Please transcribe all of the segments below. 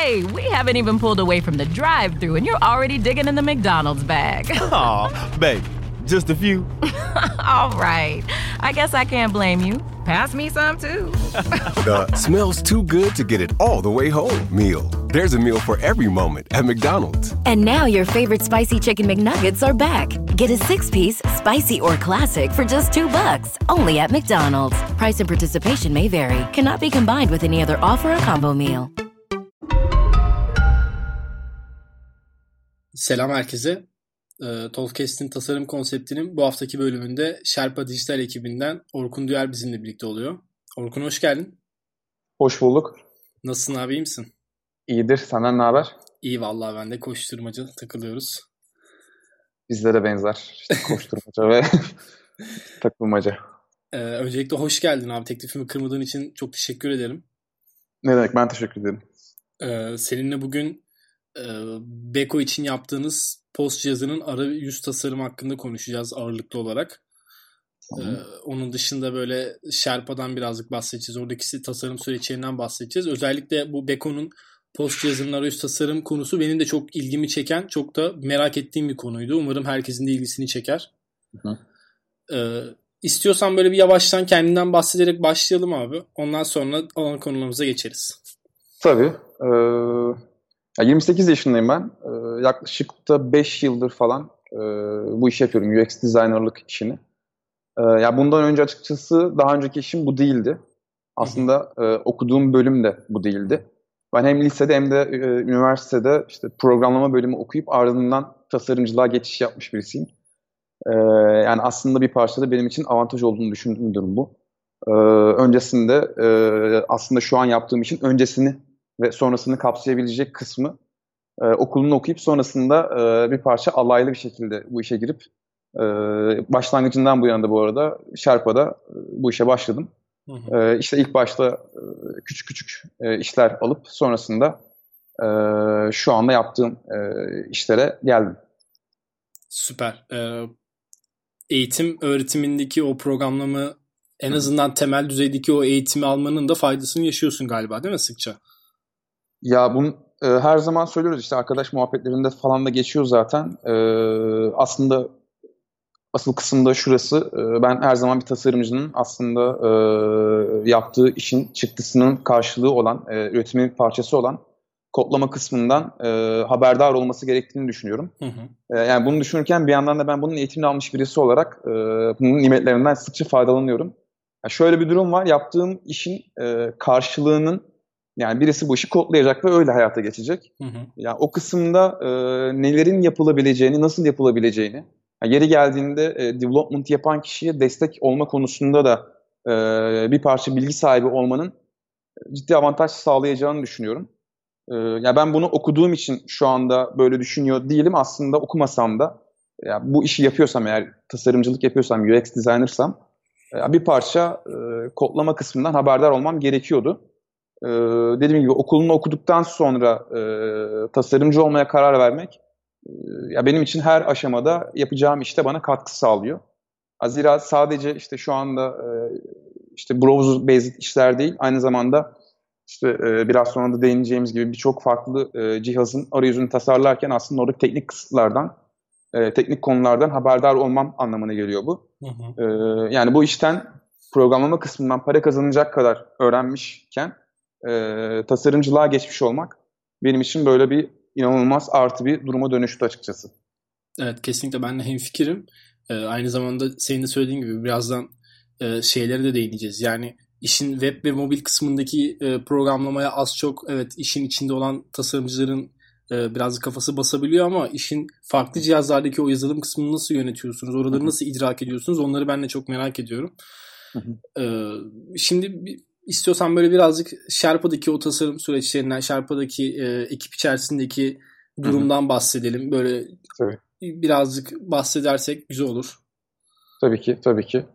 Hey, we haven't even pulled away from the drive-thru and you're already digging in the McDonald's bag. Aw, babe, just a few. All right, I guess I can't blame you. Pass me some too. The smells too good to get it all the way home meal. There's a meal for every moment at McDonald's. And now your favorite spicy chicken McNuggets are back. Get a 6-piece, spicy or classic for just $2. Only at McDonald's. Price and participation may vary. Cannot be combined with any other offer or combo meal. Selam herkese. Talkcast'in tasarım konseptinin bu haftaki bölümünde Sherpa Dijital ekibinden Orkun Düer bizimle birlikte oluyor. Orkun hoş geldin. Hoş bulduk. Nasılsın abi, iyi misin? İyidir. Senden ne haber? İyi vallahi, ben de koşturmaca takılıyoruz. Bizlere benzer. İşte koşturmaca ve takılmaca. Öncelikle hoş geldin abi. Teklifimi kırmadığın için çok teşekkür ederim. Ne demek, ben teşekkür ederim. Seninle bugün Beko için yaptığınız post cihazının arayüz tasarımı hakkında konuşacağız ağırlıklı olarak. Onun dışında böyle Sherpa'dan birazcık bahsedeceğiz. Oradaki tasarım süreçlerinden bahsedeceğiz. Özellikle bu Beko'nun post cihazının arayüz tasarım konusu benim de çok ilgimi çeken, çok da merak ettiğim bir konuydu. Umarım herkesin de ilgisini çeker. İstiyorsan böyle bir yavaştan kendinden bahsederek başlayalım abi. Ondan sonra olan konularımıza geçeriz. Tabii. 28 yaşındayım ben. Yaklaşık da 5 yıldır falan bu işi yapıyorum. UX designerlık işini. Ya bundan önce açıkçası daha önceki işim bu değildi. Aslında okuduğum bölüm de bu değildi. Ben hem lisede hem de üniversitede işte programlama bölümü okuyup ardından tasarımcılığa geçiş yapmış birisiyim. Yani aslında bir parçada benim için avantaj olduğunu düşündüğüm durum bu. Öncesinde aslında şu an yaptığım işin öncesini ve sonrasını kapsayabilecek kısmı okulunu okuyup sonrasında bir parça alaylı bir şekilde bu işe girip başlangıcından bu yana da bu arada Sherpa'da bu işe başladım. İşte ilk başta küçük küçük işler alıp sonrasında şu anda yaptığım işlere geldim. Süper. Eğitim öğretimindeki o programlama, en azından temel düzeydeki o eğitimi almanın da faydasını yaşıyorsun galiba, değil mi sıkça? Ya bunu her zaman söylüyoruz, işte arkadaş muhabbetlerinde falan da geçiyor zaten. Aslında asıl kısımda şurası. Ben her zaman bir tasarımcının aslında yaptığı işin çıktısının karşılığı olan, üretimin parçası olan kodlama kısmından haberdar olması gerektiğini düşünüyorum. Yani bunu düşünürken bir yandan da ben bunun eğitimini almış birisi olarak bunun nimetlerinden sıkça faydalanıyorum. Yani şöyle bir durum var. Yaptığım işin karşılığının, yani birisi bu işi kodlayacak ve öyle hayata geçecek. Yani o kısımda nelerin yapılabileceğini, nasıl yapılabileceğini, yani yeri geldiğinde development yapan kişiye destek olma konusunda da bir parça bilgi sahibi olmanın ciddi avantaj sağlayacağını düşünüyorum. Yani ben bunu okuduğum için şu anda böyle düşünüyor değilim. Aslında okumasam da yani bu işi yapıyorsam, eğer tasarımcılık yapıyorsam, UX designersam bir parça kodlama kısmından haberdar olmam gerekiyordu. Dediğim gibi okulunu okuduktan sonra tasarımcı olmaya karar vermek ya benim için her aşamada yapacağım işte bana katkı sağlıyor. Zira sadece işte şu anda işte browser based işler değil, aynı zamanda işte biraz sonra da değineceğimiz gibi birçok farklı cihazın arayüzünü tasarlarken aslında oradaki teknik kısıtlardan, teknik konulardan haberdar olmam anlamına geliyor bu. Yani bu işten programlama kısmından para kazanacak kadar öğrenmişken tasarımcılığa geçmiş olmak benim için böyle bir inanılmaz artı bir duruma dönüştü açıkçası. Evet, kesinlikle ben de hemfikirim. Aynı zamanda senin de söylediğin gibi birazdan şeylere de değineceğiz. Yani işin web ve mobil kısmındaki programlamaya az çok evet işin içinde olan tasarımcıların biraz kafası basabiliyor ama işin farklı cihazlardaki o yazılım kısmını nasıl yönetiyorsunuz? Oraları nasıl idrak ediyorsunuz? Onları ben de çok merak ediyorum. Şimdi İstiyorsan böyle birazcık Sherpa'daki o tasarım süreçlerinden, Sherpa'daki ekip içerisindeki durumdan bahsedelim. Böyle tabii. Birazcık bahsedersek güzel olur. Tabii ki, tabii ki.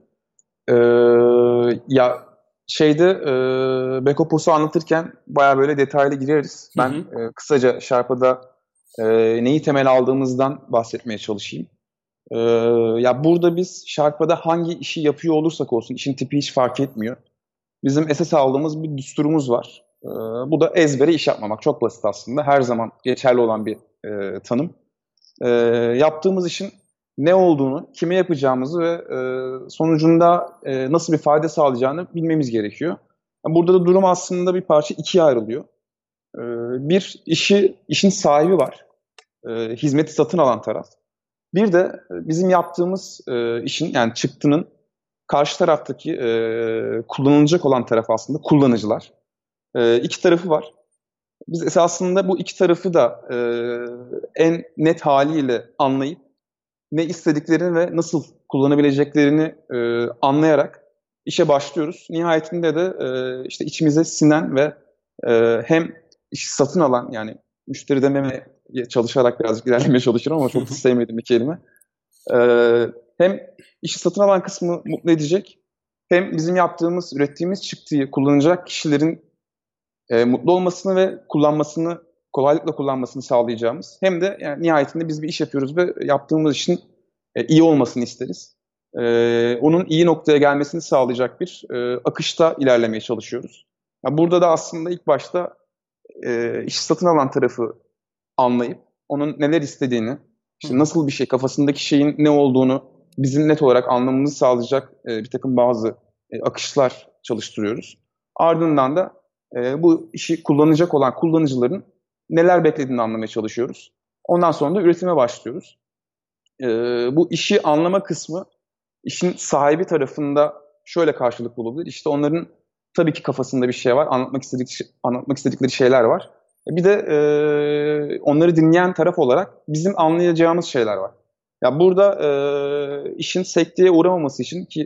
Ya Beko Post'u anlatırken bayağı böyle detaylı gireriz. Ben kısaca Sherpa'da neyi temel aldığımızdan bahsetmeye çalışayım. Ya burada biz Sherpa'da hangi işi yapıyor olursak olsun, işin tipi hiç fark etmiyor. Bizim esas aldığımız bir düsturumuz var. Bu da ezbere iş yapmamak. Çok basit aslında. Her zaman geçerli olan bir tanım. Yaptığımız işin ne olduğunu, kime yapacağımızı ve sonucunda nasıl bir fayda sağlayacağını bilmemiz gerekiyor. Burada da durum aslında bir parça ikiye ayrılıyor. Bir, işin sahibi var. Hizmeti satın alan taraf. Bir de bizim yaptığımız işin, yani çıktının karşı taraftaki kullanılacak olan taraf aslında kullanıcılar. İki tarafı var. Biz esasında bu iki tarafı da en net haliyle anlayıp ne istediklerini ve nasıl kullanabileceklerini anlayarak işe başlıyoruz. Nihayetinde de işte içimize sinen ve hem işi satın alan, yani müşteri dememeye çalışarak birazcık ilerlemeye çalışıyorum ama çok sevmediğim bir kelime. Hem işi satın alan kısmı mutlu edecek, hem bizim yaptığımız, ürettiğimiz çıktıyı kullanacak kişilerin mutlu olmasını ve kullanmasını, kolaylıkla kullanmasını sağlayacağımız, hem de yani nihayetinde biz bir iş yapıyoruz ve yaptığımız işin iyi olmasını isteriz. Onun iyi noktaya gelmesini sağlayacak bir akışta ilerlemeye çalışıyoruz. Yani burada da aslında ilk başta işi satın alan tarafı anlayıp onun neler istediğini, işte nasıl bir şey, kafasındaki şeyin ne olduğunu bizim net olarak anlamamızı sağlayacak bir takım bazı akışlar çalıştırıyoruz. Ardından da bu işi kullanacak olan kullanıcıların neler beklediğini anlamaya çalışıyoruz. Ondan sonra da üretime başlıyoruz. Bu işi anlama kısmı işin sahibi tarafında şöyle karşılık bulabilir. İşte onların tabii ki kafasında bir şey var, anlatmak istedikleri şeyler var. Bir de onları dinleyen taraf olarak bizim anlayacağımız şeyler var. Ya burada işin sekteye uğramaması için, ki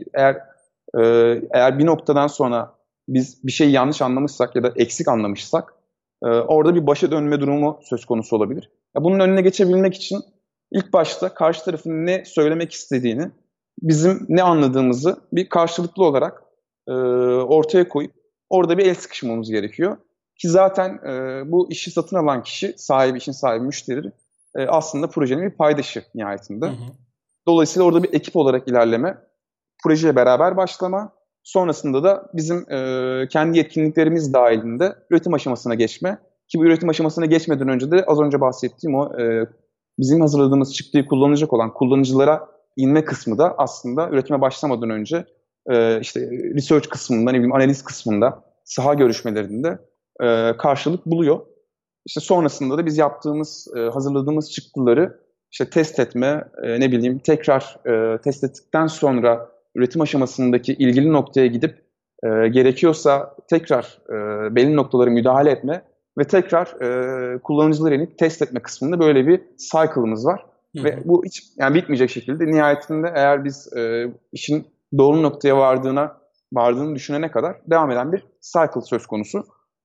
eğer bir noktadan sonra biz bir şeyi yanlış anlamışsak ya da eksik anlamışsak orada bir başa dönme durumu söz konusu olabilir. Ya bunun önüne geçebilmek için ilk başta karşı tarafın ne söylemek istediğini, bizim ne anladığımızı bir karşılıklı olarak ortaya koyup orada bir el sıkışmamız gerekiyor. Ki zaten bu işi satın alan kişi, işin sahibi, müşteri aslında projenin bir paydaşı nihayetinde. Hı hı. Dolayısıyla orada bir ekip olarak ilerleme, projeye beraber başlama, sonrasında da bizim kendi yetkinliklerimiz dahilinde üretim aşamasına geçme. Ki bu üretim aşamasına geçmeden önce de az önce bahsettiğim o bizim hazırladığımız çıktıyı kullanacak olan kullanıcılara inme kısmı da aslında üretime başlamadan önce işte research kısmında, ne bileyim analiz kısmında, saha görüşmelerinde karşılık buluyor. İşte sonrasında da biz yaptığımız, hazırladığımız çıktıları işte test etme, ne bileyim tekrar test ettikten sonra üretim aşamasındaki ilgili noktaya gidip gerekiyorsa tekrar belli noktalara müdahale etme ve tekrar kullanıcılara inip test etme kısmında böyle bir cycle'ımız var. Hı hı. Ve bu hiç yani bitmeyecek şekilde nihayetinde eğer biz işin doğru noktaya vardığını düşünene kadar devam eden bir cycle söz konusu.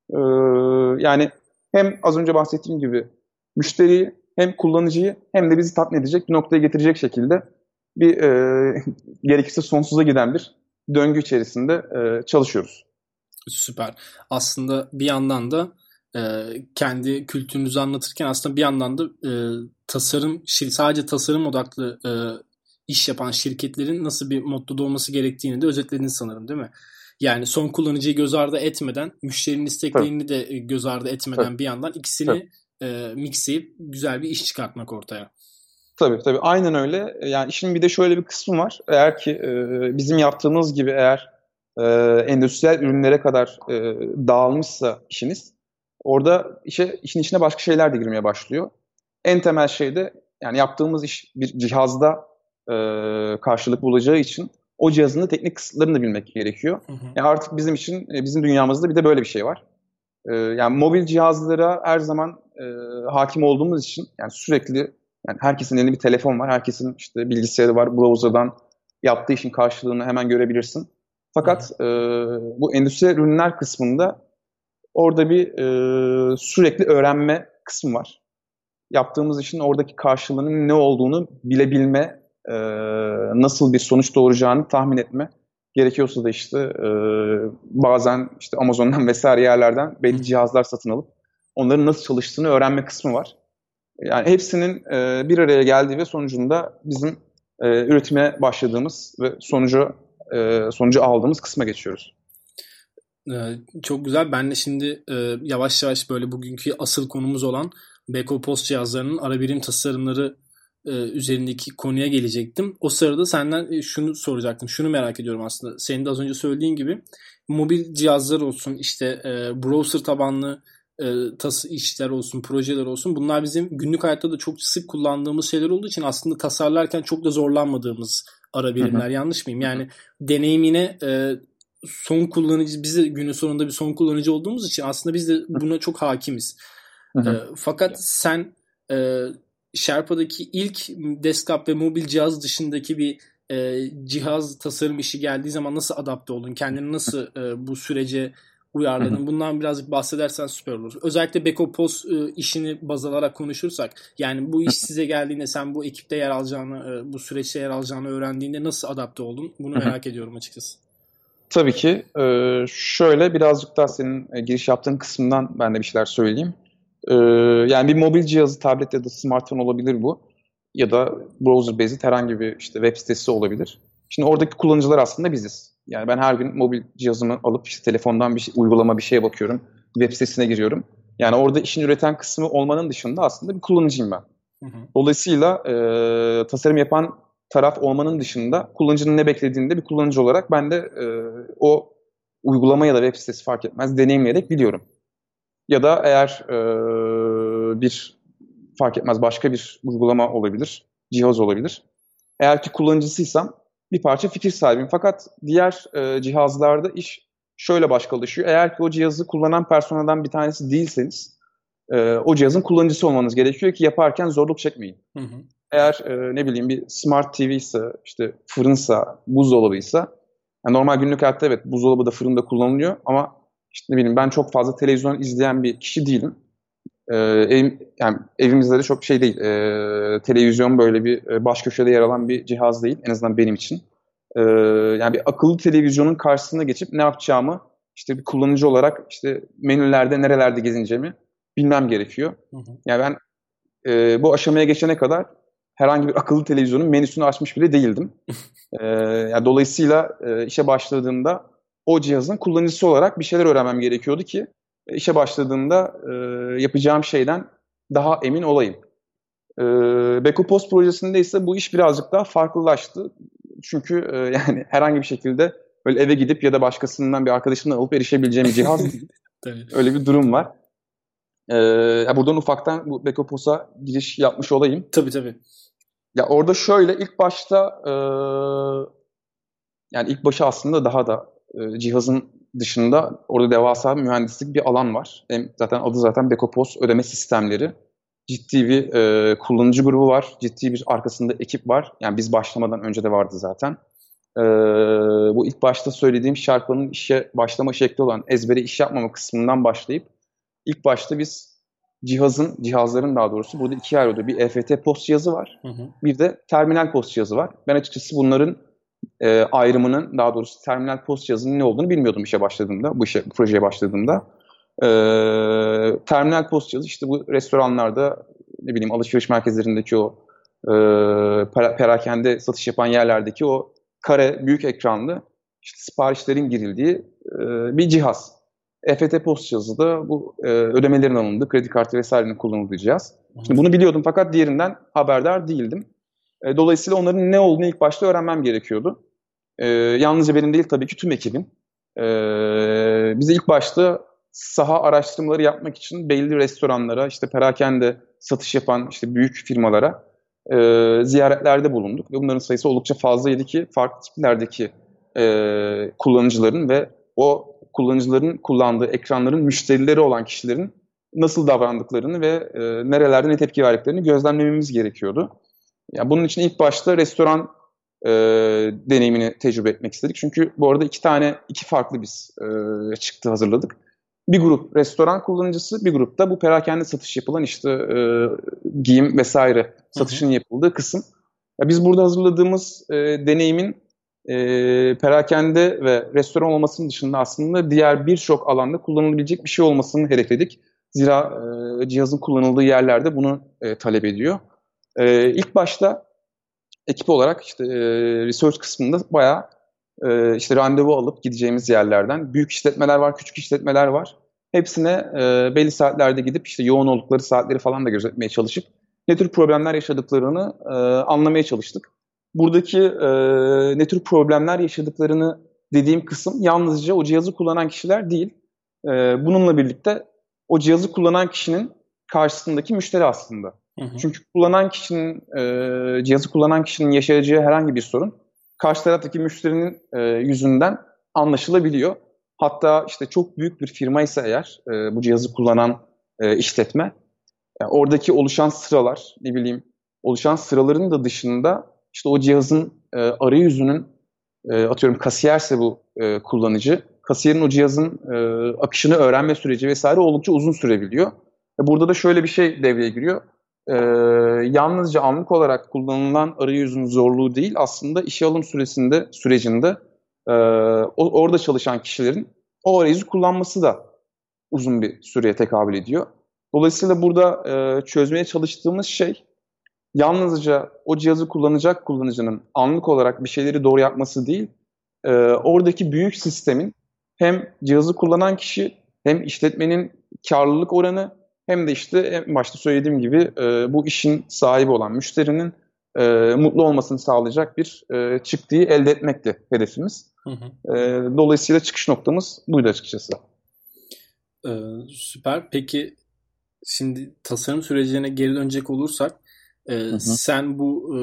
Yani hem az önce bahsettiğim gibi müşteriyi, hem kullanıcıyı, hem de bizi tatmin edecek bir noktaya getirecek şekilde bir gerekirse sonsuza giden bir döngü içerisinde çalışıyoruz. Süper. Aslında bir yandan da kendi kültürünüzü anlatırken aslında bir yandan da sadece tasarım odaklı iş yapan şirketlerin nasıl bir mottoda olması gerektiğini de özetlediniz sanırım, değil mi? Yani son kullanıcıyı göz ardı etmeden, müşterinin isteklerini de göz ardı etmeden bir yandan ikisini mixleyip güzel bir iş çıkartmak ortaya. Tabii. Aynen öyle. Yani işin bir de şöyle bir kısmı var. Eğer ki bizim yaptığımız gibi endüstriyel ürünlere kadar dağılmışsa işiniz, orada işin içine başka şeyler de girmeye başlıyor. En temel şey de yani yaptığımız iş bir cihazda karşılık bulacağı için o cihazın da teknik kısıtlarını da bilmek gerekiyor. Hı hı. Yani artık bizim için, bizim dünyamızda bir de böyle bir şey var. Yani mobil cihazlara her zaman hakim olduğumuz için, yani sürekli, yani herkesin elinde bir telefon var, herkesin işte bilgisayarı var, browser'dan yaptığı işin karşılığını hemen görebilirsin. Fakat bu endüstriyel ürünler kısmında orada bir sürekli öğrenme kısmı var. Yaptığımız işin oradaki karşılığının ne olduğunu bilebilme, nasıl bir sonuç doğuracağını tahmin etme. Gerekiyorsa da işte bazen işte Amazon'dan vesaire yerlerden belli cihazlar satın alıp onların nasıl çalıştığını öğrenme kısmı var. Yani hepsinin bir araya geldiği ve sonucunda bizim üretime başladığımız ve sonucu aldığımız kısma geçiyoruz. Çok güzel. Ben de şimdi yavaş yavaş böyle bugünkü asıl konumuz olan Beko Post cihazlarının ara birim tasarımları üzerindeki konuya gelecektim. O sırada senden şunu soracaktım. Şunu merak ediyorum aslında. Senin de az önce söylediğin gibi mobil cihazlar olsun, işte browser tabanlı işler olsun, projeler olsun. Bunlar bizim günlük hayatta da çok sık kullandığımız şeyler olduğu için aslında tasarlarken çok da zorlanmadığımız ara birimler. Yanlış mıyım? Yani deneyimine son kullanıcı, biz de günün sonunda bir son kullanıcı olduğumuz için aslında biz de buna çok hakimiz. Fakat sen Sherpa'daki ilk desktop ve mobil cihaz dışındaki bir cihaz tasarım işi geldiği zaman nasıl adapte oldun? Kendini nasıl bu sürece uyarladın? Bundan birazcık bahsedersen süper olur. Özellikle Beko Post işini baz alarak konuşursak, yani bu iş size geldiğinde sen bu ekipte yer alacağını, bu süreçte yer alacağını öğrendiğinde nasıl adapte oldun? Bunu merak ediyorum açıkçası. Tabii ki. Şöyle birazcık daha senin giriş yaptığın kısmından ben de bir şeyler söyleyeyim. Yani bir mobil cihazı, tablet ya da smartphone olabilir bu. Ya da browser based herhangi bir işte web sitesi olabilir. Şimdi oradaki kullanıcılar aslında biziz. Yani ben her gün mobil cihazımı alıp işte telefondan bir uygulama bir şeye bakıyorum. Web sitesine giriyorum. Yani orada işin üreten kısmı olmanın dışında aslında bir kullanıcıyım ben. Dolayısıyla tasarım yapan taraf olmanın dışında kullanıcının ne beklediğinde bir kullanıcı olarak ben de o uygulama ya da web sitesi fark etmez deneyimleyerek biliyorum. Ya da eğer bir fark etmez başka bir uygulama olabilir, cihaz olabilir. Eğer ki kullanıcısıysam bir parça fikir sahibiyim. Fakat diğer cihazlarda iş şöyle başkalaşıyor. Eğer ki o cihazı kullanan personelden bir tanesi değilseniz o cihazın kullanıcısı olmanız gerekiyor ki yaparken zorluk çekmeyin. Eğer ne bileyim bir smart TV ise, işte fırınsa, buzdolabıysa, yani normal günlük hayatta evet buzdolabı da fırında kullanılıyor ama işte ne bileyim ben çok fazla televizyon izleyen bir kişi değilim. Yani evimizde de çok şey değil. Televizyon böyle bir baş köşede yer alan bir cihaz değil. En azından benim için. Yani bir akıllı televizyonun karşısına geçip ne yapacağımı işte bir kullanıcı olarak işte menülerde nerelerde gezineceğimi bilmem gerekiyor. Yani ben bu aşamaya geçene kadar herhangi bir akıllı televizyonun menüsünü açmış bile değildim. Yani dolayısıyla işe başladığımda o cihazın kullanıcısı olarak bir şeyler öğrenmem gerekiyordu ki işe başladığımda yapacağım şeyden daha emin olayım. Beko Post projesinde ise bu iş birazcık daha farklılaştı. Çünkü yani herhangi bir şekilde böyle eve gidip ya da başkasından bir arkadaşımdan alıp erişebileceğim bir cihaz değil. Öyle bir durum var. Buradan ufaktan bu Beko Post'a giriş yapmış olayım. Tabii. Ya orada şöyle ilk başta yani ilk başa aslında daha da cihazın dışında orada devasa bir mühendislik bir alan var. Zaten adı zaten Beko Post ödeme sistemleri. Ciddi bir kullanıcı grubu var. Ciddi bir arkasında ekip var. Yani biz başlamadan önce de vardı zaten. Bu ilk başta söylediğim Sherpa'nın işe başlama şekli olan ezbere iş yapmama kısmından başlayıp ilk başta biz cihazların daha doğrusu burada ikiye ayrılıyor. Bir EFT post cihazı var. Bir de terminal post cihazı var. Ben açıkçası bunların ayrımının, daha doğrusu terminal post cihazının ne olduğunu bilmiyordum işe başladığımda, bu projeye başladığımda. Terminal post cihazı işte bu restoranlarda, ne bileyim alışveriş merkezlerindeki o perakende satış yapan yerlerdeki o kare büyük ekranlı işte siparişlerin girildiği bir cihaz. EFT post cihazı da bu ödemelerin alındığı, kredi kartı vesairenin kullanıldığı cihaz. Şimdi bunu biliyordum fakat diğerinden haberdar değildim. Dolayısıyla onların ne olduğunu ilk başta öğrenmem gerekiyordu. Yalnızca benim değil tabii ki tüm ekibin. Bize ilk başta saha araştırmaları yapmak için belli restoranlara, işte perakende satış yapan işte büyük firmalara ziyaretlerde bulunduk. Ve bunların sayısı oldukça fazlaydı ki farklı tiplerdeki kullanıcıların ve o kullanıcıların kullandığı ekranların müşterileri olan kişilerin nasıl davrandıklarını ve nerelerde ne tepki verdiklerini gözlemlememiz gerekiyordu. Yani bunun için ilk başta restoran deneyimini tecrübe etmek istedik. Çünkü bu arada iki farklı biz çıktı hazırladık. Bir grup restoran kullanıcısı, bir grupta bu perakende satış yapılan işte giyim vesaire satışın yapıldığı kısım. Ya biz burada hazırladığımız deneyimin perakende ve restoran olmasının dışında aslında diğer birçok alanda kullanılabilecek bir şey olmasını hedefledik. Zira cihazın kullanıldığı yerlerde bunu talep ediyor. İlk başta ekip olarak işte research kısmında bayağı işte randevu alıp gideceğimiz yerlerden. Büyük işletmeler var, küçük işletmeler var. Hepsine belli saatlerde gidip işte yoğun oldukları saatleri falan da gözetmeye çalışıp ne tür problemler yaşadıklarını anlamaya çalıştık. Buradaki ne tür problemler yaşadıklarını dediğim kısım yalnızca o cihazı kullanan kişiler değil. Bununla birlikte o cihazı kullanan kişinin karşısındaki müşteri aslında. Hı hı. Çünkü cihazı kullanan kişinin yaşayacağı herhangi bir sorun karşı taraftaki müşterinin yüzünden anlaşılabiliyor. Hatta işte çok büyük bir firma ise eğer bu cihazı kullanan işletme, yani oradaki oluşan sıralar, oluşan sıraların da dışında işte o cihazın arayüzünün atıyorum kasiyerse bu kullanıcı, kasiyerin o cihazın akışını öğrenme süreci vesaire oldukça uzun sürebiliyor. Burada da şöyle bir şey devreye giriyor. Yalnızca anlık olarak kullanılan arayüzün zorluğu değil, aslında işe alım sürecinde orada çalışan kişilerin o arayüzü kullanması da uzun bir süreye tekabül ediyor. Dolayısıyla burada çözmeye çalıştığımız şey yalnızca o cihazı kullanacak kullanıcının anlık olarak bir şeyleri doğru yapması değil, oradaki büyük sistemin hem cihazı kullanan kişi hem işletmenin karlılık oranı hem de işte en başta söylediğim gibi bu işin sahibi olan müşterinin mutlu olmasını sağlayacak bir çıktıyı elde etmekti hedefimiz. Hı hı. Dolayısıyla çıkış noktamız buydu açıkçası. Süper. Peki şimdi tasarım sürecine geri dönecek olursak sen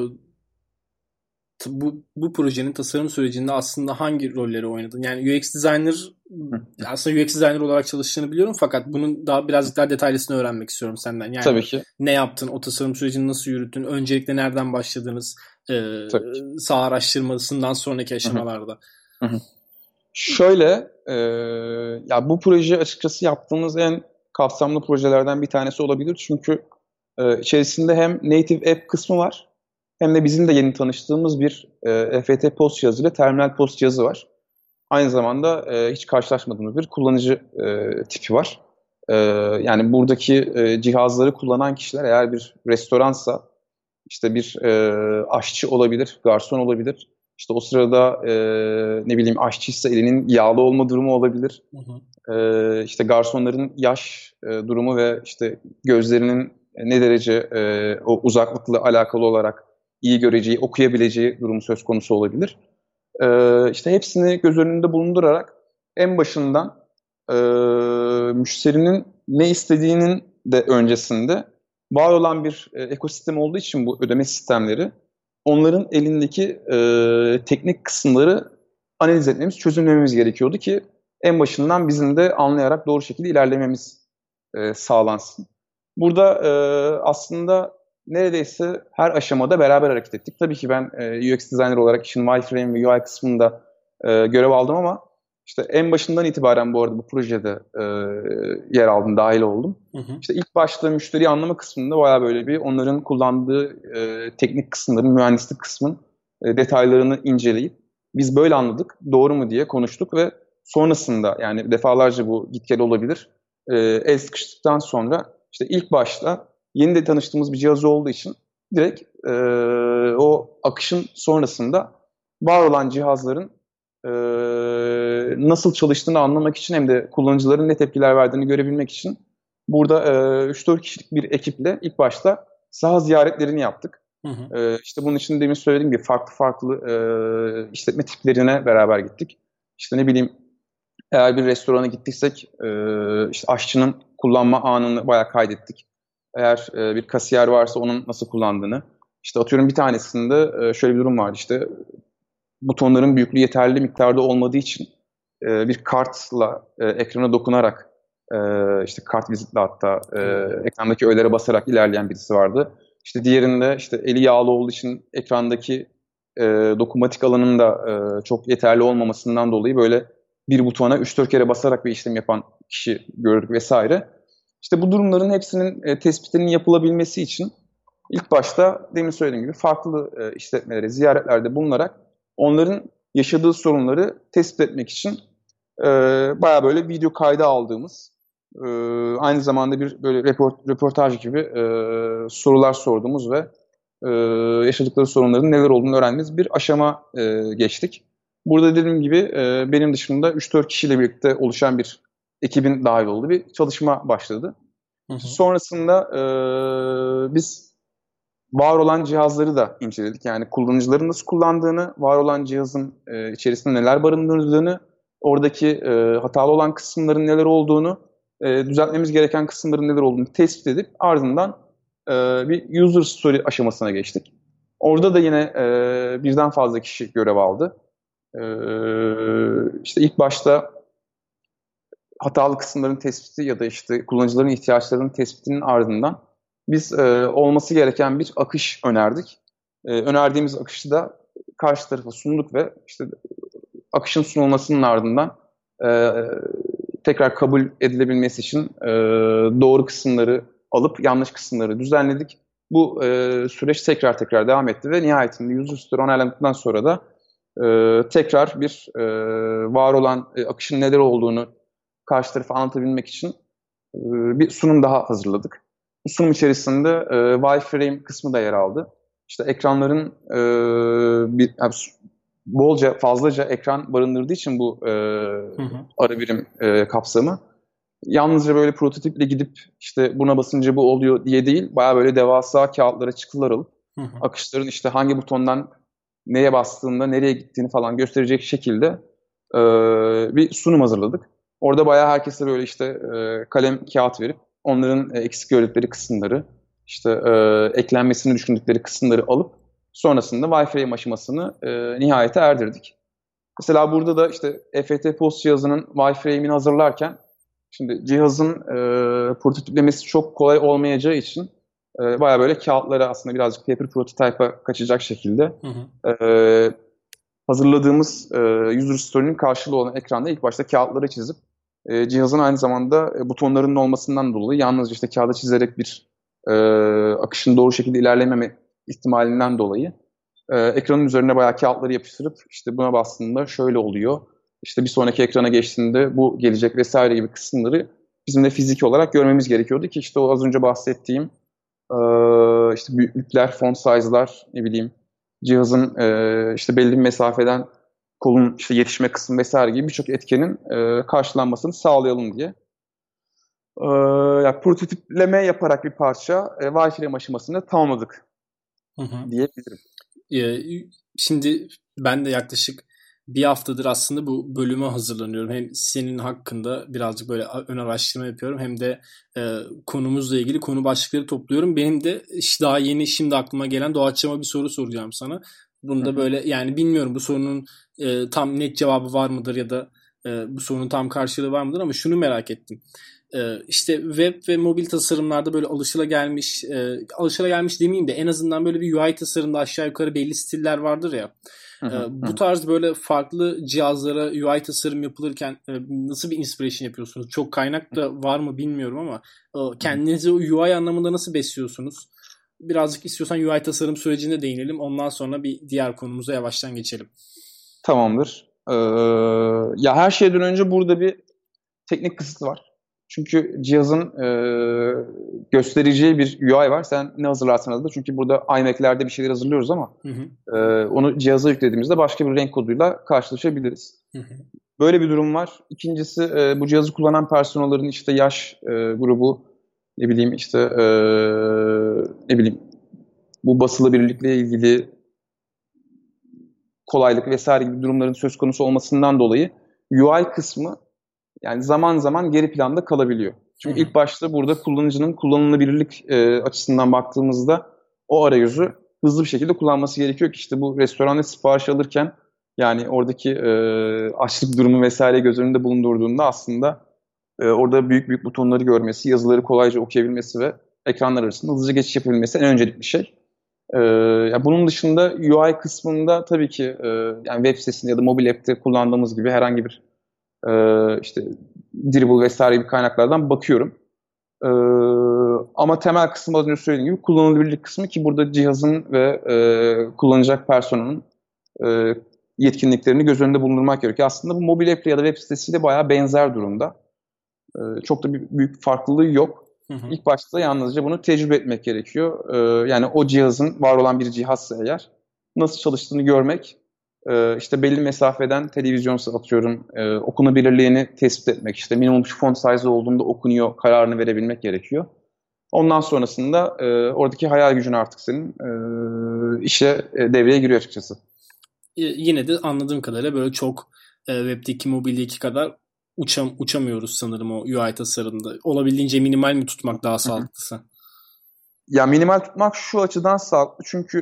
bu projenin tasarım sürecinde aslında hangi rolleri oynadın? Yani UX designer, aslında UX designer olarak çalıştığını biliyorum fakat bunun birazcık daha detaylısını öğrenmek istiyorum senden. Yani tabii ki. Ne yaptın? O tasarım sürecini nasıl yürüttün? Öncelikle nereden başladınız? Saha araştırmasından sonraki aşamalarda. Şöyle, ya bu proje açıkçası yaptığımız en kapsamlı projelerden bir tanesi olabilir. Çünkü içerisinde hem native app kısmı var hem de bizim de yeni tanıştığımız bir EFT POS cihazıyla terminal POS cihazı var. Aynı zamanda hiç karşılaşmadığımız bir kullanıcı tipi var. Yani buradaki cihazları kullanan kişiler eğer bir restoransa işte bir aşçı olabilir, garson olabilir. İşte o sırada aşçıysa elinin yağlı olma durumu olabilir. İşte garsonların yaş durumu ve işte gözlerinin ne derece o uzaklıkla alakalı olarak iyi göreceği, okuyabileceği durumu söz konusu olabilir. İşte hepsini göz önünde bulundurarak en başından müşterinin ne istediğinin de öncesinde var olan bir ekosistem olduğu için bu ödeme sistemleri, onların elindeki teknik kısımları analiz etmemiz, çözümlememiz gerekiyordu ki en başından bizim de anlayarak doğru şekilde ilerlememiz sağlansın. Burada aslında neredeyse her aşamada beraber hareket ettik. Tabii ki ben UX designer olarak işin wireframe ve UI kısmında görev aldım ama işte en başından itibaren bu arada bu projede yer aldım, dahil oldum. İşte ilk başta müşteriyi anlama kısmında bayağı böyle bir onların kullandığı teknik kısımların, mühendislik kısmın detaylarını inceleyip biz böyle anladık, doğru mu diye konuştuk ve sonrasında yani defalarca bu git gel olabilir. El sıkıştıktan sonra işte ilk başta yeni de tanıştığımız bir cihaz olduğu için direkt o akışın sonrasında var olan cihazların nasıl çalıştığını anlamak için hem de kullanıcıların ne tepkiler verdiğini görebilmek için burada 3-4 kişilik bir ekiple ilk başta saha ziyaretlerini yaptık. İşte bunun için demin söylediğim gibi farklı işletme tiplerine beraber gittik. İşte eğer bir restorana gittiysek işte aşçının kullanma anını bayağı kaydettik. Eğer bir kasiyer varsa onun nasıl kullandığını. İşte atıyorum bir tanesinde şöyle bir durum vardı işte butonların büyüklüğü yeterli miktarda olmadığı için bir kartla ekrana dokunarak işte kart vizitle hatta ekrandaki öğelere basarak ilerleyen birisi vardı. İşte diğerinde işte eli yağlı olduğu için ekrandaki dokunmatik alanın da çok yeterli olmamasından dolayı böyle bir butona 3-4 kere basarak bir işlem yapan kişi gördük vesaire. İşte bu durumların hepsinin tespitinin yapılabilmesi için ilk başta demin söylediğim gibi farklı işletmelere ziyaretlerde bulunarak onların yaşadığı sorunları tespit etmek için bayağı böyle video kaydı aldığımız, aynı zamanda bir böyle röportaj gibi sorular sorduğumuz ve yaşadıkları sorunların neler olduğunu öğrendiğimiz bir aşama geçtik. Burada dediğim gibi benim dışında 3-4 kişiyle birlikte oluşan bir ekibin dahil olduğu bir çalışma başladı. Sonrasında biz var olan cihazları da inceledik. Yani kullanıcıların nasıl kullandığını, var olan cihazın içerisinde neler barındırdığını, oradaki hatalı olan kısımların neler olduğunu, düzeltmemiz gereken kısımların neler olduğunu tespit edip ardından bir user story aşamasına geçtik. Orada da yine birden fazla kişi görev aldı. İşte ilk başta hatalı kısımların tespiti ya da işte kullanıcıların ihtiyaçlarının tespitinin ardından biz olması gereken bir akış önerdik. Önerdiğimiz akışı da karşı tarafa sunduk ve işte akışın sunulmasının ardından tekrar kabul edilebilmesi için doğru kısımları alıp yanlış kısımları düzenledik. Bu süreç tekrar devam etti ve nihayetinde user story onaylandıktan sonra da tekrar bir var olan akışın neler olduğunu karşı tarafa anlatabilmek için bir sunum daha hazırladık. Bu sunum içerisinde wireframe kısmı da yer aldı. İşte ekranların fazlaca ekran barındırdığı için bu ara birim kapsamı. Yalnızca böyle prototiple gidip işte buna basınca bu oluyor diye değil, bayağı böyle devasa kağıtlara çıktılar alıp akışların işte hangi butondan neye bastığında nereye gittiğini falan gösterecek şekilde bir sunum hazırladık. Orada bayağı herkese böyle işte kalem kağıt verip onların eksik gördükleri kısımları, işte eklenmesini düşündükleri kısımları alıp sonrasında wireframe aşamasını nihayete erdirdik. Mesela burada da işte EFT POS cihazının wireframe'ini hazırlarken şimdi cihazın prototiplemesi çok kolay olmayacağı için bayağı böyle kağıtlara aslında birazcık paper prototype'a kaçacak şekilde hazırladığımız user story'nin karşılığı olan ekranda ilk başta kağıtları çizip cihazın aynı zamanda butonlarının olmasından dolayı yalnızca işte kağıda çizerek bir akışın doğru şekilde ilerlememe ihtimalinden dolayı ekranın üzerine bayağı kağıtları yapıştırıp işte buna bastığında şöyle oluyor, işte bir sonraki ekrana geçtiğinde bu gelecek vesaire gibi kısımları bizim de fiziki olarak görmemiz gerekiyordu ki işte o az önce bahsettiğim işte büyüklükler, font size'lar, ne bileyim cihazın işte belli bir mesafeden kolun işte yetişme kısmı vesaire gibi birçok etkenin karşılanmasını sağlayalım diye. Yani prototipleme yaparak bir parça wireframe aşamasını tamamladık diyebilirim. Şimdi ben de yaklaşık bir haftadır aslında bu bölüme hazırlanıyorum. Hem senin hakkında birazcık böyle ön araştırma yapıyorum hem de konumuzla ilgili konu başlıkları topluyorum. Benim de daha yeni şimdi aklıma gelen doğaçlama bir soru soracağım sana. Bunu da böyle yani bilmiyorum bu sorunun tam net cevabı var mıdır ya da bu sorunun tam karşılığı var mıdır ama şunu merak ettim. İşte web ve mobil tasarımlarda böyle alışılagelmiş demeyeyim de en azından böyle bir UI tasarımda aşağı yukarı belli stiller vardır ya. Bu tarz böyle farklı cihazlara UI tasarım yapılırken nasıl bir inspiration yapıyorsunuz? Çok kaynak da var mı bilmiyorum ama kendinizi o UI anlamında nasıl besliyorsunuz? Birazcık istiyorsan UI tasarım sürecine değinelim. Ondan sonra bir diğer konumuza yavaştan geçelim. Tamamdır. Ya her şeyden önce burada bir teknik kısıtı var. Çünkü cihazın göstereceği bir UI var. Sen ne hazırlarsan hazırla. Çünkü burada iMac'lerde bir şeyler hazırlıyoruz ama onu cihaza yüklediğimizde başka bir renk koduyla karşılaşabiliriz. Böyle bir durum var. İkincisi bu cihazı kullanan personellerin işte yaş grubu, ne bileyim işte bu basılı birlikle ilgili kolaylık vesaire gibi durumların söz konusu olmasından dolayı UI kısmı yani zaman zaman geri planda kalabiliyor. Çünkü ilk başta burada kullanıcının kullanılabilirlik açısından baktığımızda o arayüzü hızlı bir şekilde kullanması gerekiyor ki işte bu restoranda sipariş alırken yani oradaki açlık durumu vesaire göz önünde bulundurduğunda aslında orada büyük butonları görmesi, yazıları kolayca okuyabilmesi ve ekranlar arasında hızlıca geçiş yapabilmesi en öncelikli şey. Yani bunun dışında UI kısmında tabii ki yani web sitesinde ya da mobil app'te kullandığımız gibi herhangi bir işte Dribbble vesaire gibi kaynaklardan bakıyorum. Ama temel kısmı az önce söylediğim gibi kullanılabilirlik kısmı ki burada cihazın ve kullanacak personelin yetkinliklerini göz önünde bulundurmak gerekiyor. Aslında bu mobil app ya da web sitesiyle bayağı benzer durumda. Çok da büyük farklılığı yok. İlk başta yalnızca bunu tecrübe etmek gerekiyor. Yani o cihazın var olan bir cihazsa eğer nasıl çalıştığını görmek İşte belli mesafeden televizyonsa atıyorum okunabilirliğini tespit etmek, işte minimum font size olduğunda okunuyor kararını verebilmek gerekiyor. Ondan sonrasında oradaki hayal gücün artık senin işe devreye giriyor açıkçası. Yine de anladığım kadarıyla böyle çok web'deki mobildeki kadar uçamıyoruz sanırım o UI tasarımda. Olabildiğince minimal mi tutmak daha sağlıklısı? Ya minimal tutmak şu açıdan sağlıklı çünkü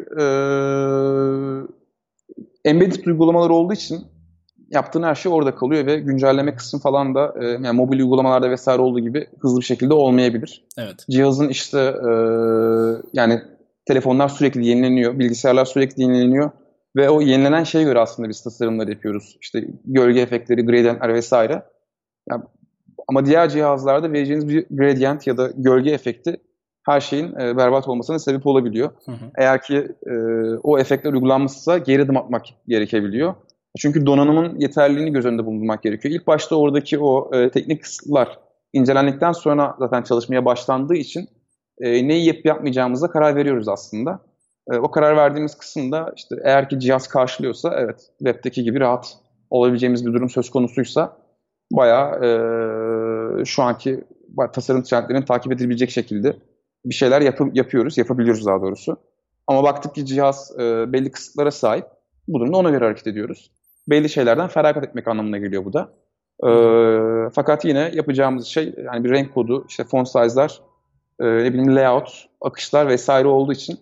embedded uygulamalar olduğu için yaptığın her şey orada kalıyor ve güncelleme kısmı falan da yani mobil uygulamalarda vesaire olduğu gibi hızlı bir şekilde olmayabilir. Evet. Cihazın işte yani telefonlar sürekli yenileniyor, bilgisayarlar sürekli yenileniyor ve o yenilenen şeye göre aslında biz tasarımları yapıyoruz. İşte gölge efektleri, gradientler vesaire. Yani, ama diğer cihazlarda vereceğiniz bir gradient ya da gölge efekti her şeyin berbat olmasına sebep olabiliyor. Eğer ki o efektler uygulanmışsa geri adım atmak gerekebiliyor. Çünkü donanımın yeterliliğini göz önünde bulundurmak gerekiyor. İlk başta oradaki o teknik kısıtlar incelendikten sonra zaten çalışmaya başlandığı için neyi yapıp yapmayacağımıza karar veriyoruz aslında. O karar verdiğimiz kısımda işte eğer ki cihaz karşılıyorsa evet web'deki gibi rahat olabileceğimiz bir durum söz konusuysa bayağı şu anki tasarım trendlerini takip edilebilecek şekilde bir şeyler yapabiliyoruz daha doğrusu. Ama baktık ki cihaz belli kısıtlara sahip, bu durumda ona göre hareket ediyoruz. Belli şeylerden feragat etmek anlamına geliyor bu da. Fakat yine yapacağımız şey yani bir renk kodu, işte font size'lar, ne bileyim layout, akışlar vesaire olduğu için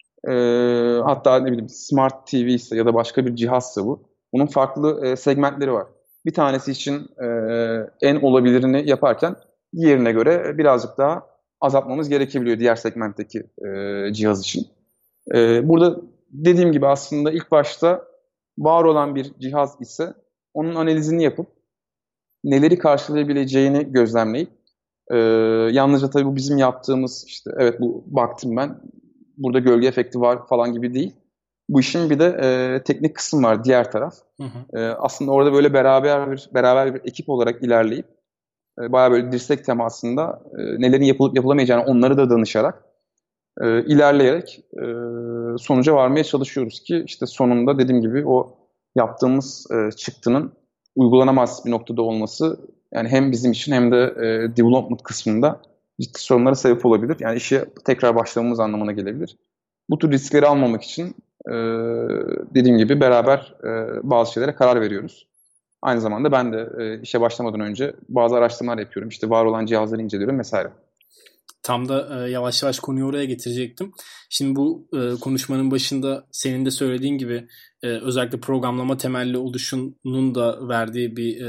hatta ne bileyim Smart TV ise ya da başka bir cihazsa bunun farklı segmentleri var. Bir tanesi için en olabilirini yaparken diğerine göre birazcık daha azaltmamız gerekebiliyor diğer segmentteki cihaz için. Burada dediğim gibi aslında ilk başta var olan bir cihaz ise onun analizini yapıp neleri karşılayabileceğini gözlemleyip yalnızca tabii bu bizim yaptığımız işte evet bu baktım ben burada gölge efekti var falan gibi değil. Bu işin bir de teknik kısım var diğer taraf. Aslında orada böyle beraber bir ekip olarak ilerleyip bayağı böyle dirsek temasında nelerin yapılıp yapılamayacağını onları da danışarak ilerleyerek sonuca varmaya çalışıyoruz ki işte sonunda dediğim gibi o yaptığımız çıktının uygulanamaz bir noktada olması yani hem bizim için hem de development kısmında ciddi sorunlara sebep olabilir. Yani işe tekrar başlamamız anlamına gelebilir. Bu tür riskleri almamak için dediğim gibi beraber bazı şeylere karar veriyoruz. Aynı zamanda ben de işe başlamadan önce bazı araştırmalar yapıyorum. İşte var olan cihazları inceliyorum vesaire. Tam da yavaş yavaş konuyu oraya getirecektim. Şimdi bu konuşmanın başında senin de söylediğin gibi özellikle programlama temelli oluşunun da verdiği bir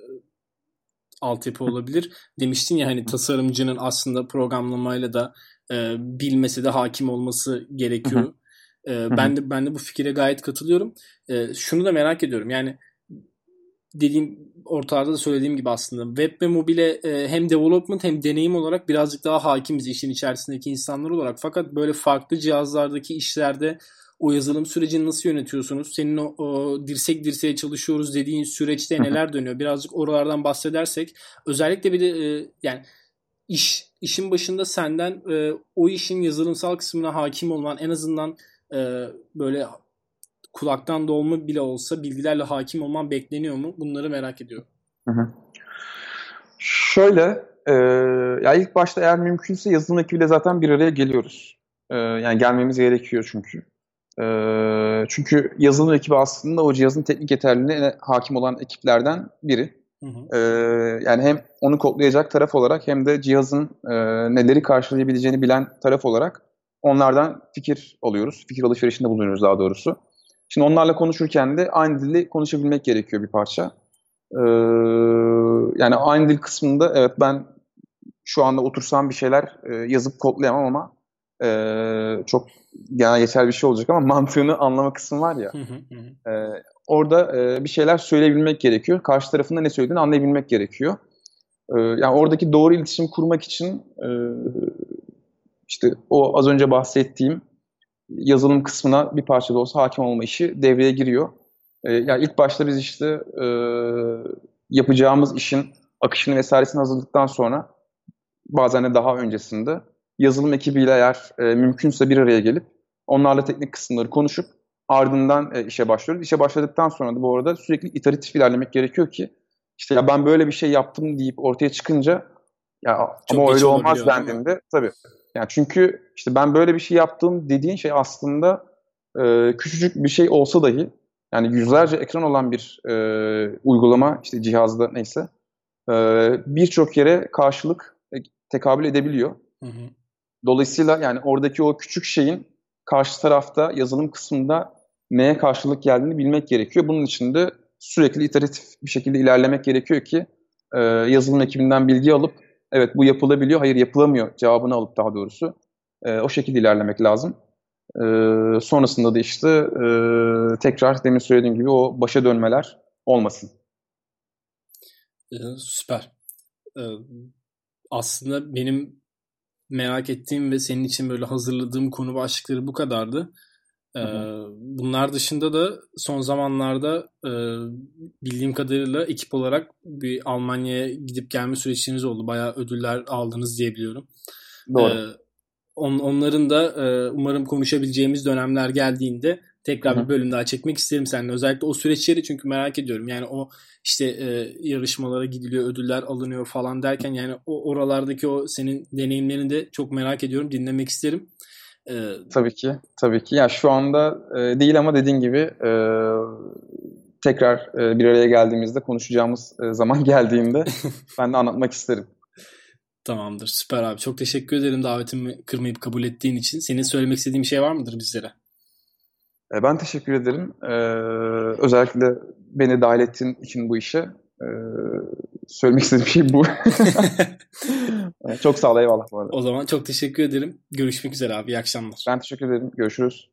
altyapı olabilir. Demiştin ya hani tasarımcının aslında programlamayla da bilmesi de hakim olması gerekiyor. Ben de bu fikire gayet katılıyorum. Şunu da merak ediyorum. Yani ortalarda da söylediğim gibi aslında web ve mobile hem development hem deneyim olarak birazcık daha hakimiz işin içerisindeki insanlar olarak. Fakat böyle farklı cihazlardaki işlerde o yazılım sürecini nasıl yönetiyorsunuz? Senin o dirsek dirseğe çalışıyoruz dediğin süreçte neler dönüyor? Birazcık oralardan bahsedersek. Özellikle bir de yani işin başında senden o işin yazılımsal kısmına hakim olman, en azından böyle kulaktan dolma bile olsa bilgilerle hakim olman bekleniyor mu? Bunları merak ediyorum. Şöyle, ya ilk başta eğer mümkünse yazılım ekibiyle zaten bir araya geliyoruz. Yani gelmemiz gerekiyor çünkü. Çünkü yazılım ekibi aslında o cihazın teknik yeterliliğine hakim olan ekiplerden biri. Yani hem onu kodlayacak taraf olarak hem de cihazın neleri karşılayabileceğini bilen taraf olarak onlardan fikir alıyoruz. Fikir alışverişinde bulunuyoruz daha doğrusu. Şimdi onlarla konuşurken de aynı dili konuşabilmek gerekiyor bir parça. Yani aynı dil kısmında evet ben şu anda otursam bir şeyler yazıp kodlayamam ama çok genel geçer bir şey olacak ama mantığını anlama kısmı var ya. Orada bir şeyler söyleyebilmek gerekiyor. Karşı tarafında ne söylediğini anlayabilmek gerekiyor. Yani oradaki doğru iletişim kurmak için işte o az önce bahsettiğim yazılım kısmına bir parça da olsa hakim olma işi devreye giriyor. Yani ilk başta biz işte yapacağımız işin akışını vesairesini hazırladıktan sonra bazen de daha öncesinde yazılım ekibiyle eğer mümkünse bir araya gelip onlarla teknik kısımları konuşup Ardından işe başlıyoruz. İşe başladıktan sonra da bu arada sürekli iteratif ilerlemek gerekiyor ki işte ya ben böyle bir şey yaptım deyip ortaya çıkınca ya çok ama öyle olmaz olabiliyor, dendiğinde tabii. Yani çünkü işte ben böyle bir şey yaptım dediğin şey aslında küçücük bir şey olsa dahi yani yüzlerce ekran olan bir uygulama işte cihazda neyse birçok yere karşılık tekabül edebiliyor. Hı hı. Dolayısıyla yani oradaki o küçük şeyin karşı tarafta yazılım kısmında neye karşılık geldiğini bilmek gerekiyor. Bunun için de sürekli iteratif bir şekilde ilerlemek gerekiyor ki yazılım ekibinden bilgi alıp evet bu yapılabiliyor, hayır yapılamıyor cevabını alıp daha doğrusu o şekilde ilerlemek lazım. Sonrasında da işte tekrar demin söylediğim gibi o başa dönmeler olmasın. Süper. Aslında benim merak ettiğim ve senin için böyle hazırladığım konu başlıkları bu kadardı. Bunlar dışında da son zamanlarda bildiğim kadarıyla ekip olarak bir Almanya'ya gidip gelme süreçleriniz oldu. Bayağı ödüller aldınız diye biliyorum. Doğru. Onların da umarım konuşabileceğimiz dönemler geldiğinde tekrar bir bölüm daha çekmek isterim seninle. Özellikle o süreçleri çünkü merak ediyorum. Yani o işte yarışmalara gidiliyor, ödüller alınıyor falan derken yani oralardaki o senin deneyimlerini de çok merak ediyorum. Dinlemek isterim. Tabii ki. Tabii ki. Ya şu anda değil ama dediğin gibi tekrar bir araya geldiğimizde konuşacağımız zaman geldiğinde ben de anlatmak isterim. Tamamdır. Süper abi. Çok teşekkür ederim davetimi kırmayıp kabul ettiğin için. Senin söylemek istediğin bir şey var mıdır bizlere? Ben teşekkür ederim. Özellikle beni dahil ettiğin için bu işe. Söylemek istediğim şey bu. Çok sağ ol. Eyvallah bu arada. O zaman çok teşekkür ederim. Görüşmek üzere abi. İyi akşamlar. Ben teşekkür ederim. Görüşürüz.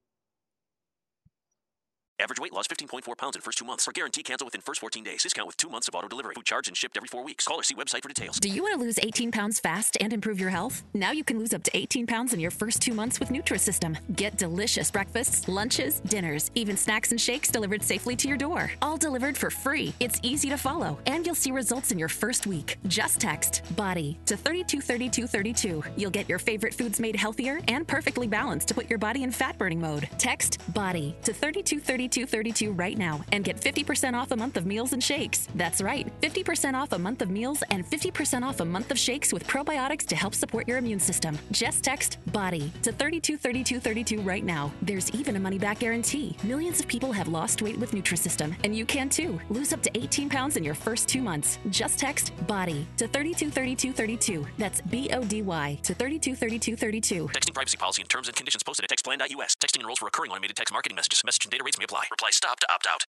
Average weight loss 15.4 pounds in first 2 months. For guarantee cancel within first 14 days. Discount with 2 months of auto delivery. Food charged and shipped every 4 weeks. Call or see website for details. Do you want to lose 18 pounds fast and improve your health? Now you can lose up to 18 pounds in your first 2 months with Nutrisystem. Get delicious breakfasts, lunches, dinners, even snacks and shakes delivered safely to your door. All delivered for free. It's easy to follow, and you'll see results in your first week. Just text BODY to 323232. You'll get your favorite foods made healthier and perfectly balanced to put your body in fat-burning mode. Text BODY to 323232 right now and get 50% off a month of meals and shakes. That's right, 50% off a month of meals and 50% off a month of shakes with probiotics to help support your immune system. Just text BODY to 323232 right now. There's even a money-back guarantee. Millions of people have lost weight with Nutrisystem, and you can too. Lose up to 18 pounds in your first 2 months. Just text BODY to 323232. That's BODY to 323232. Texting privacy policy and terms and conditions posted at textplan.us. Texting enrolls for recurring automated text marketing messages. Message and data rates may apply. Reply STOP to opt out.